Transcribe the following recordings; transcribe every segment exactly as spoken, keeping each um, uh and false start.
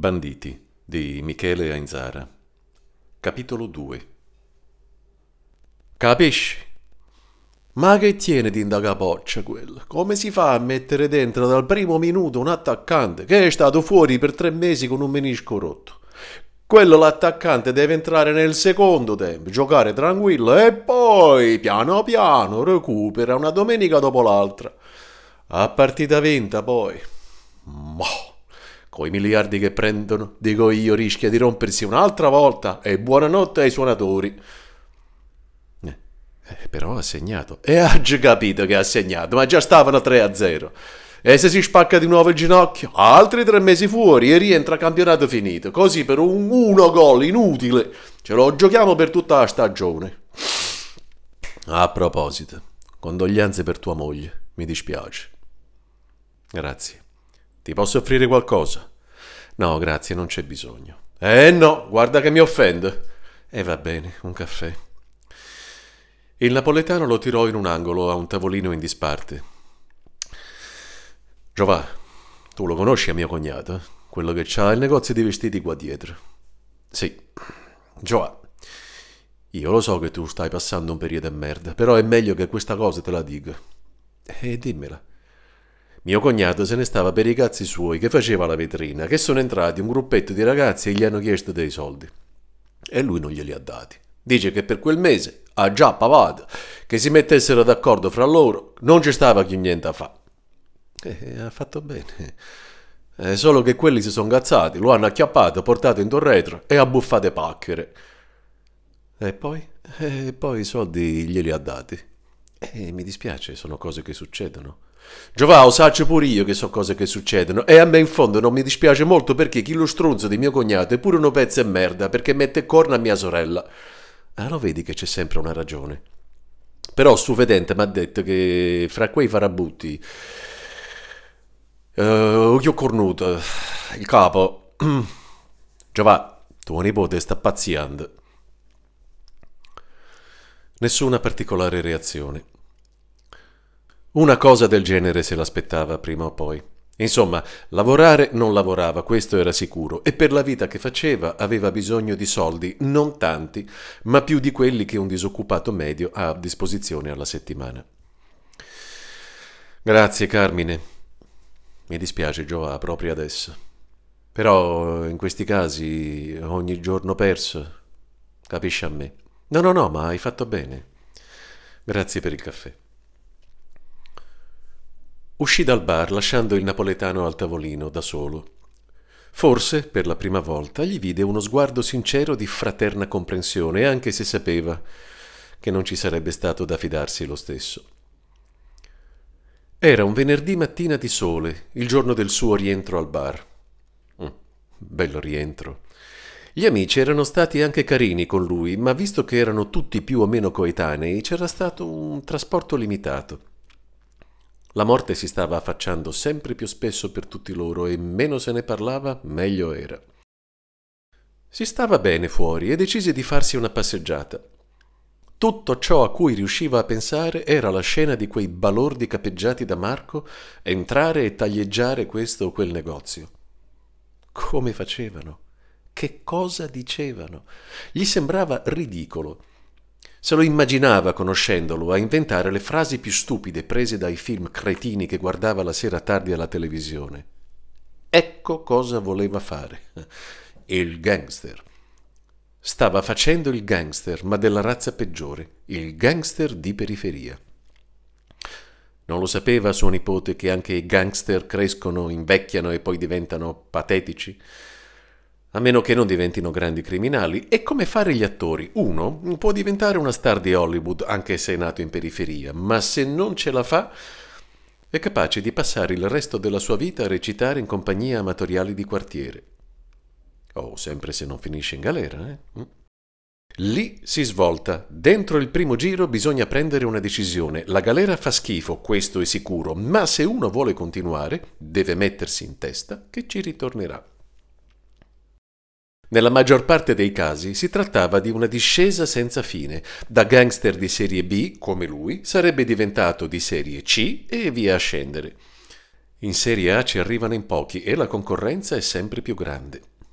Banditi di Michele Ainzara. Capitolo due. Capisci? Ma che tiene di indagapoccia quello? Come si fa a mettere dentro dal primo minuto un attaccante che è stato fuori per tre mesi con un menisco rotto? Quello l'attaccante deve entrare nel secondo tempo, giocare tranquillo e poi piano piano recupera una domenica dopo l'altra. A partita vinta poi. Boh. Coi miliardi che prendono, dico io, rischia di rompersi un'altra volta e buonanotte ai suonatori. Eh, eh, però ha segnato. E ha già capito che ha segnato, ma già stavano tre a zero. E se si spacca di nuovo il ginocchio, altri tre mesi fuori e rientra campionato finito. Così per un uno gol inutile ce lo giochiamo per tutta la stagione. A proposito, condoglianze per tua moglie, mi dispiace. Grazie. Ti posso offrire qualcosa? No, grazie, non c'è bisogno. Eh no, guarda che mi offendo. E va bene, un caffè. Il napoletano lo tirò in un angolo a un tavolino in disparte. Giovà, tu lo conosci a mio cognato? Quello che c'ha il negozio di vestiti qua dietro. Sì. Giovà, io lo so che tu stai passando un periodo di merda, però è meglio che questa cosa te la dica. E dimmela. Mio cognato se ne stava per i cazzi suoi che faceva la vetrina, che sono entrati un gruppetto di ragazzi e gli hanno chiesto dei soldi. E lui non glieli ha dati. Dice che per quel mese ha già pavato, che si mettessero d'accordo fra loro, non ci stava più niente a fare. E ha fatto bene. Eh, solo che quelli si sono cazzati, lo hanno acchiappato, portato in torretro e abbuffate pacchere. E poi? E poi i soldi glieli ha dati. E mi dispiace, sono cose che succedono. Giovao, saccio pure io che so cose che succedono e a me in fondo non mi dispiace molto perché chi lo stronzo di mio cognato è pure uno pezzo e merda perché mette corna a mia sorella. Ah, lo vedi che c'è sempre una ragione. Però su vedente mi ha detto che fra quei farabutti uh, Occhio Cornuto, il capo Giovà, tuo nipote sta pazziando. Nessuna particolare reazione. Una cosa del genere se l'aspettava prima o poi. Insomma, lavorare non lavorava, questo era sicuro, e per la vita che faceva aveva bisogno di soldi, non tanti, ma più di quelli che un disoccupato medio ha a disposizione alla settimana. Grazie, Carmine. Mi dispiace, Giova, proprio adesso. Però in questi casi ogni giorno perso, capisci a me. No, no, no, ma hai fatto bene. Grazie per il caffè. Uscì dal bar lasciando il napoletano al tavolino da solo. Forse, per la prima volta, gli vide uno sguardo sincero di fraterna comprensione, anche se sapeva che non ci sarebbe stato da fidarsi lo stesso. Era un venerdì mattina di sole, il giorno del suo rientro al bar. Mm, bello rientro. Gli amici erano stati anche carini con lui, ma visto che erano tutti più o meno coetanei, c'era stato un trasporto limitato. La morte si stava affacciando sempre più spesso per tutti loro e meno se ne parlava, meglio era. Si stava bene fuori e decise di farsi una passeggiata. Tutto ciò a cui riusciva a pensare era la scena di quei balordi capeggiati da Marco entrare e taglieggiare questo o quel negozio. Come facevano? Che cosa dicevano? Gli sembrava ridicolo. Se lo immaginava, conoscendolo, a inventare le frasi più stupide prese dai film cretini che guardava la sera tardi alla televisione. Ecco cosa voleva fare. Il gangster. Stava facendo il gangster, ma della razza peggiore, il gangster di periferia. Non lo sapeva suo nipote che anche i gangster crescono, invecchiano e poi diventano patetici? A meno che non diventino grandi criminali. E come fare gli attori? Uno può diventare una star di Hollywood, anche se è nato in periferia, ma se non ce la fa, è capace di passare il resto della sua vita a recitare in compagnie amatoriali di quartiere. Oh, sempre se non finisce in galera, eh? Lì si svolta. Dentro il primo giro bisogna prendere una decisione. La galera fa schifo, questo è sicuro, ma se uno vuole continuare, deve mettersi in testa che ci ritornerà. Nella maggior parte dei casi si trattava di una discesa senza fine. Da gangster di serie B, come lui, sarebbe diventato di serie C e via a scendere. In serie A ci arrivano in pochi e la concorrenza è sempre più grande.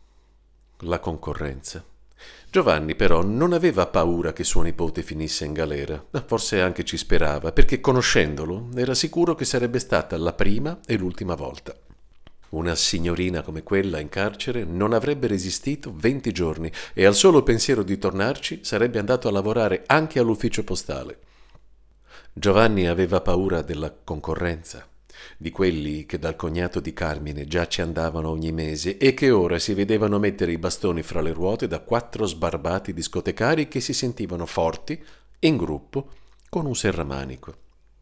La concorrenza. Giovanni però non aveva paura che suo nipote finisse in galera, ma forse anche ci sperava, perché conoscendolo era sicuro che sarebbe stata la prima e l'ultima volta. Una signorina come quella in carcere non avrebbe resistito venti giorni e al solo pensiero di tornarci sarebbe andato a lavorare anche all'ufficio postale. Giovanni aveva paura della concorrenza, di quelli che dal cognato di Carmine già ci andavano ogni mese e che ora si vedevano mettere i bastoni fra le ruote da quattro sbarbati discotecari che si sentivano forti, in gruppo, con un serramanico.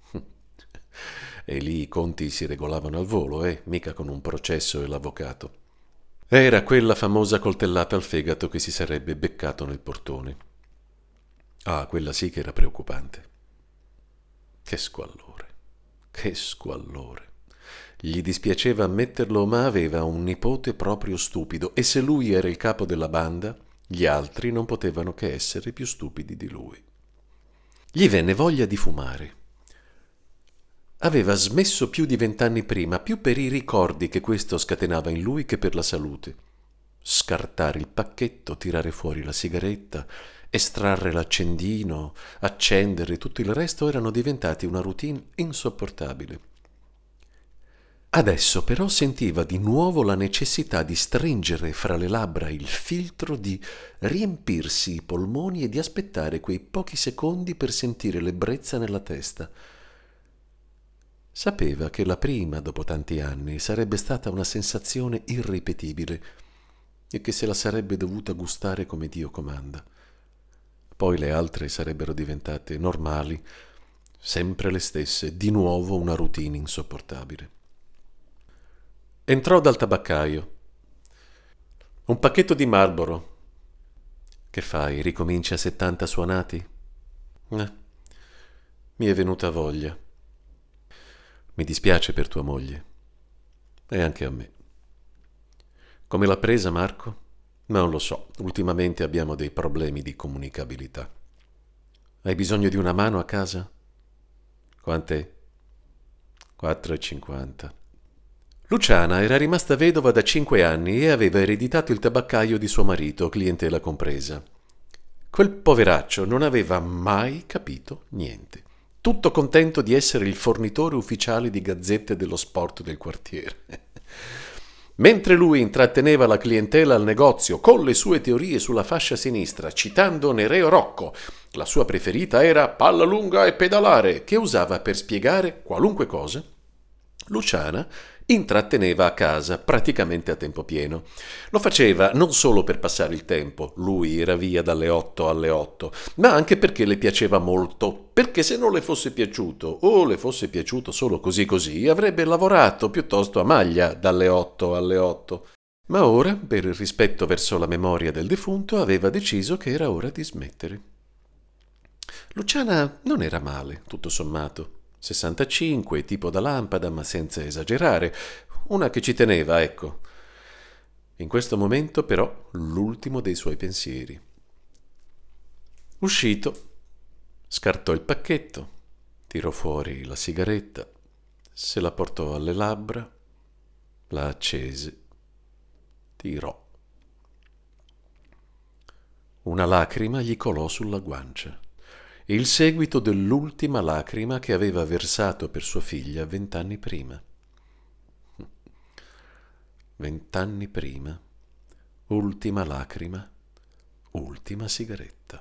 E lì i conti si regolavano al volo, eh, mica con un processo e l'avvocato. Era quella famosa coltellata al fegato che si sarebbe beccato nel portone. Ah, quella sì che era preoccupante. Che squallore, che squallore. Gli dispiaceva ammetterlo, ma aveva un nipote proprio stupido e se lui era il capo della banda, gli altri non potevano che essere più stupidi di lui. Gli venne voglia di fumare. Aveva smesso più di vent'anni prima, più per i ricordi che questo scatenava in lui che per la salute. Scartare il pacchetto, tirare fuori la sigaretta, estrarre l'accendino, accendere, tutto il resto erano diventati una routine insopportabile. Adesso però sentiva di nuovo la necessità di stringere fra le labbra il filtro, di riempirsi i polmoni e di aspettare quei pochi secondi per sentire l'ebbrezza nella testa. Sapeva che la prima, dopo tanti anni, sarebbe stata una sensazione irripetibile e che se la sarebbe dovuta gustare come Dio comanda. Poi le altre sarebbero diventate normali, sempre le stesse, di nuovo una routine insopportabile. Entrò dal tabaccaio. Un pacchetto di Marlboro. Che fai, ricominci a settanta suonati? Eh, mi è venuta voglia. Mi dispiace per tua moglie. E anche a me. Come l'ha presa, Marco? Non lo so, ultimamente abbiamo dei problemi di comunicabilità. Hai bisogno di una mano a casa? Quant'è? quattro e cinquanta. Luciana era rimasta vedova da cinque anni e aveva ereditato il tabaccaio di suo marito, clientela compresa. Quel poveraccio non aveva mai capito niente. Tutto contento di essere il fornitore ufficiale di gazzette dello sport del quartiere. Mentre lui intratteneva la clientela al negozio con le sue teorie sulla fascia sinistra, citando Nereo Rocco, la sua preferita era palla lunga e pedalare, che usava per spiegare qualunque cosa, Luciana intratteneva a casa praticamente a tempo pieno. Lo faceva non solo per passare il tempo, lui era via dalle otto alle otto, ma anche perché le piaceva molto, perché se non le fosse piaciuto o le fosse piaciuto solo così così, avrebbe lavorato piuttosto a maglia dalle otto alle otto. Ma ora, per il rispetto verso la memoria del defunto, aveva deciso che era ora di smettere. Luciana non era male, tutto sommato. sessantacinque, tipo da lampada, ma senza esagerare. Una che ci teneva, ecco. In questo momento, però, l'ultimo dei suoi pensieri. Uscito, scartò il pacchetto, tirò fuori la sigaretta, se la portò alle labbra, la accese, tirò. Una lacrima gli colò sulla guancia. Il seguito dell'ultima lacrima che aveva versato per sua figlia vent'anni prima. Vent'anni prima, ultima lacrima, ultima sigaretta.